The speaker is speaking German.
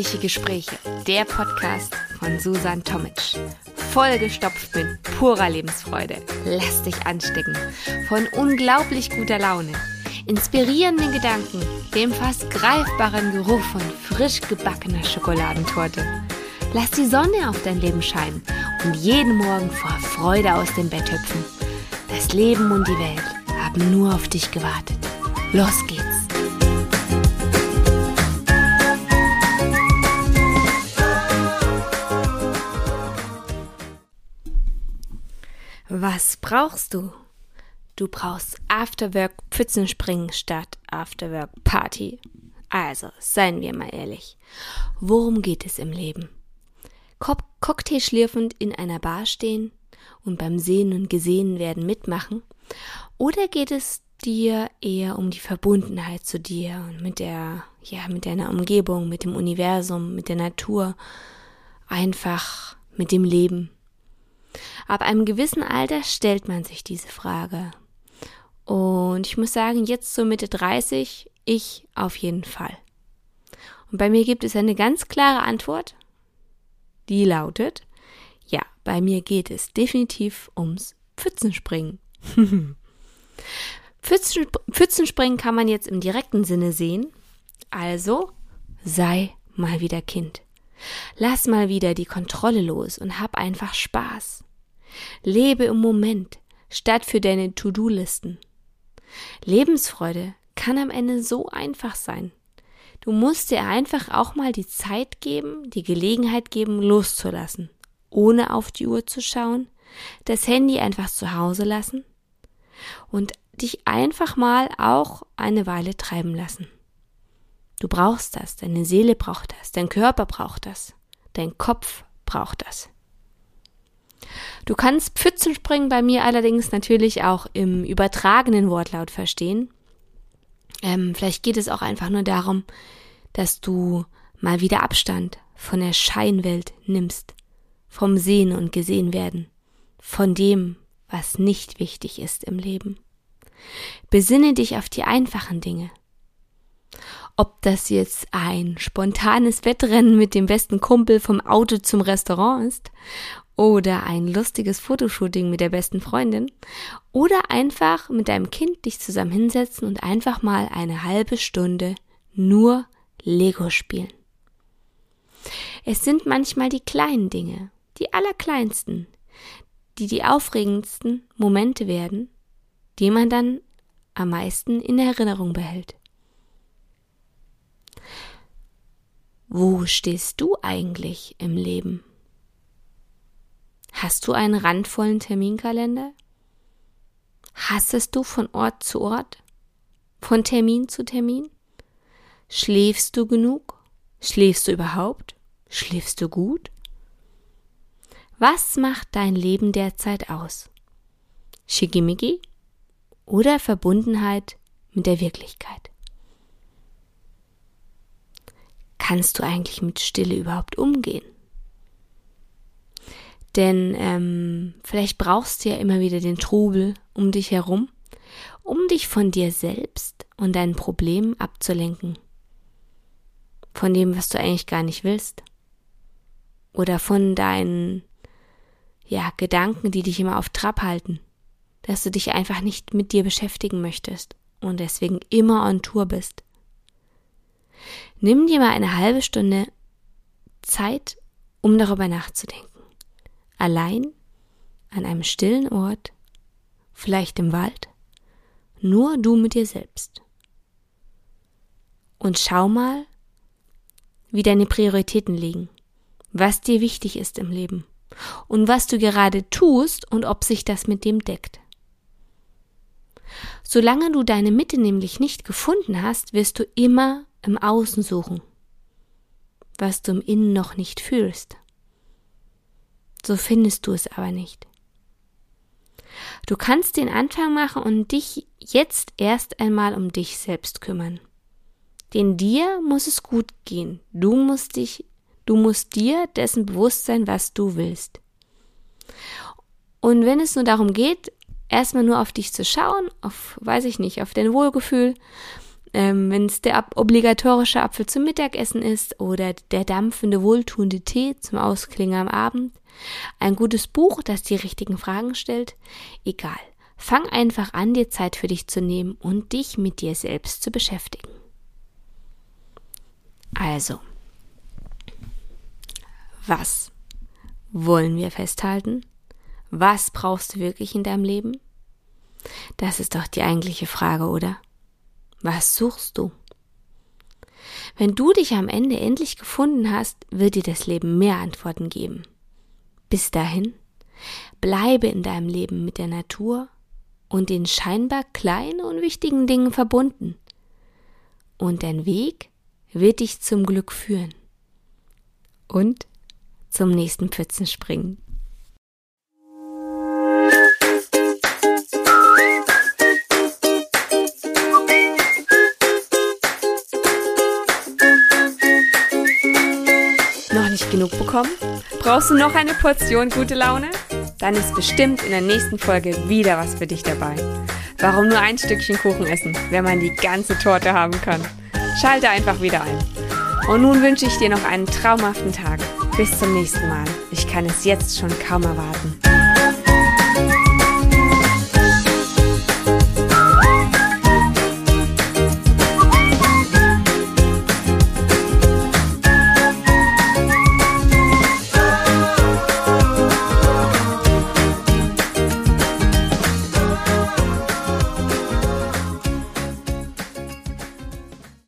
Ehrliche Gespräche, der Podcast von Susan Tomic. Vollgestopft mit purer Lebensfreude. Lass dich anstecken von unglaublich guter Laune, inspirierenden Gedanken, dem fast greifbaren Geruch von frisch gebackener Schokoladentorte. Lass die Sonne auf dein Leben scheinen und jeden Morgen vor Freude aus dem Bett hüpfen. Das Leben und die Welt haben nur auf dich gewartet. Los geht's! Was brauchst du? Du brauchst Afterwork Pfützenspringen statt Afterwork Party. Also, seien wir mal ehrlich. Worum geht es im Leben? Cocktail schlürfend in einer Bar stehen und beim Sehen und Gesehen werden mitmachen? Oder geht es dir eher um die Verbundenheit zu dir und mit deiner Umgebung, mit dem Universum, mit der Natur, einfach mit dem Leben? Ab einem gewissen Alter stellt man sich diese Frage. Und ich muss sagen, jetzt so Mitte 30, ich auf jeden Fall. Und bei mir gibt es eine ganz klare Antwort, die lautet, ja, bei mir geht es definitiv ums Pfützenspringen. Pfützenspringen kann man jetzt im direkten Sinne sehen, also sei mal wieder Kind. Lass mal wieder die Kontrolle los und hab einfach Spaß. Lebe im Moment, statt für deine To-Do-Listen. Lebensfreude kann am Ende so einfach sein. Du musst dir einfach auch mal die Zeit geben, die Gelegenheit geben, loszulassen, ohne auf die Uhr zu schauen, das Handy einfach zu Hause lassen und dich einfach mal auch eine Weile treiben lassen. Du brauchst das, deine Seele braucht das, dein Körper braucht das, dein Kopf braucht das. Du kannst Pfützenspringen bei mir allerdings natürlich auch im übertragenen Wortlaut verstehen. Vielleicht geht es auch einfach nur darum, dass du mal wieder Abstand von der Scheinwelt nimmst, vom Sehen und Gesehen werden, von dem, was nicht wichtig ist im Leben. Besinne dich auf die einfachen Dinge. Ob das jetzt ein spontanes Wettrennen mit dem besten Kumpel vom Auto zum Restaurant ist oder ein lustiges Fotoshooting mit der besten Freundin oder einfach mit deinem Kind dich zusammen hinsetzen und einfach mal eine halbe Stunde nur Lego spielen. Es sind manchmal die kleinen Dinge, die allerkleinsten, die aufregendsten Momente werden, die man dann am meisten in Erinnerung behält. Wo stehst du eigentlich im Leben? Hast du einen randvollen Terminkalender? Hastest du von Ort zu Ort? Von Termin zu Termin? Schläfst du genug? Schläfst du überhaupt? Schläfst du gut? Was macht dein Leben derzeit aus? Schickimicki oder Verbundenheit mit der Wirklichkeit? Kannst du eigentlich mit Stille überhaupt umgehen? Denn vielleicht brauchst du ja immer wieder den Trubel um dich herum, um dich von dir selbst und deinen Problemen abzulenken. Von dem, was du eigentlich gar nicht willst. Oder von deinen Gedanken, die dich immer auf Trab halten. Dass du dich einfach nicht mit dir beschäftigen möchtest und deswegen immer on Tour bist. Nimm dir mal eine halbe Stunde Zeit, um darüber nachzudenken. Allein, an einem stillen Ort, vielleicht im Wald, nur du mit dir selbst. Und schau mal, wie deine Prioritäten liegen, was dir wichtig ist im Leben und was du gerade tust und ob sich das mit dem deckt. Solange du deine Mitte nämlich nicht gefunden hast, wirst du immer im Außen suchen, was du im Innen noch nicht fühlst. So findest du es aber nicht. Du kannst den Anfang machen und dich jetzt erst einmal um dich selbst kümmern. Denn dir muss es gut gehen. Du musst dir dessen bewusst sein, was du willst. Und wenn es nur darum geht, erstmal nur auf dich zu schauen, auf dein Wohlgefühl wenn es der obligatorische Apfel zum Mittagessen ist oder der dampfende, wohltuende Tee zum Ausklingen am Abend, ein gutes Buch, das die richtigen Fragen stellt, egal. Fang einfach an, dir Zeit für dich zu nehmen und dich mit dir selbst zu beschäftigen. Also, was wollen wir festhalten? Was brauchst du wirklich in deinem Leben? Das ist doch die eigentliche Frage, oder? Was suchst du? Wenn du dich am Ende endlich gefunden hast, wird dir das Leben mehr Antworten geben. Bis dahin, bleibe in deinem Leben mit der Natur und den scheinbar kleinen und wichtigen Dingen verbunden. Und dein Weg wird dich zum Glück führen. Und zum nächsten Pfützenspringen. Noch nicht genug bekommen? Brauchst du noch eine Portion gute Laune? Dann ist bestimmt in der nächsten Folge wieder was für dich dabei. Warum nur ein Stückchen Kuchen essen, wenn man die ganze Torte haben kann? Schalte einfach wieder ein. Und nun wünsche ich dir noch einen traumhaften Tag. Bis zum nächsten Mal. Ich kann es jetzt schon kaum erwarten.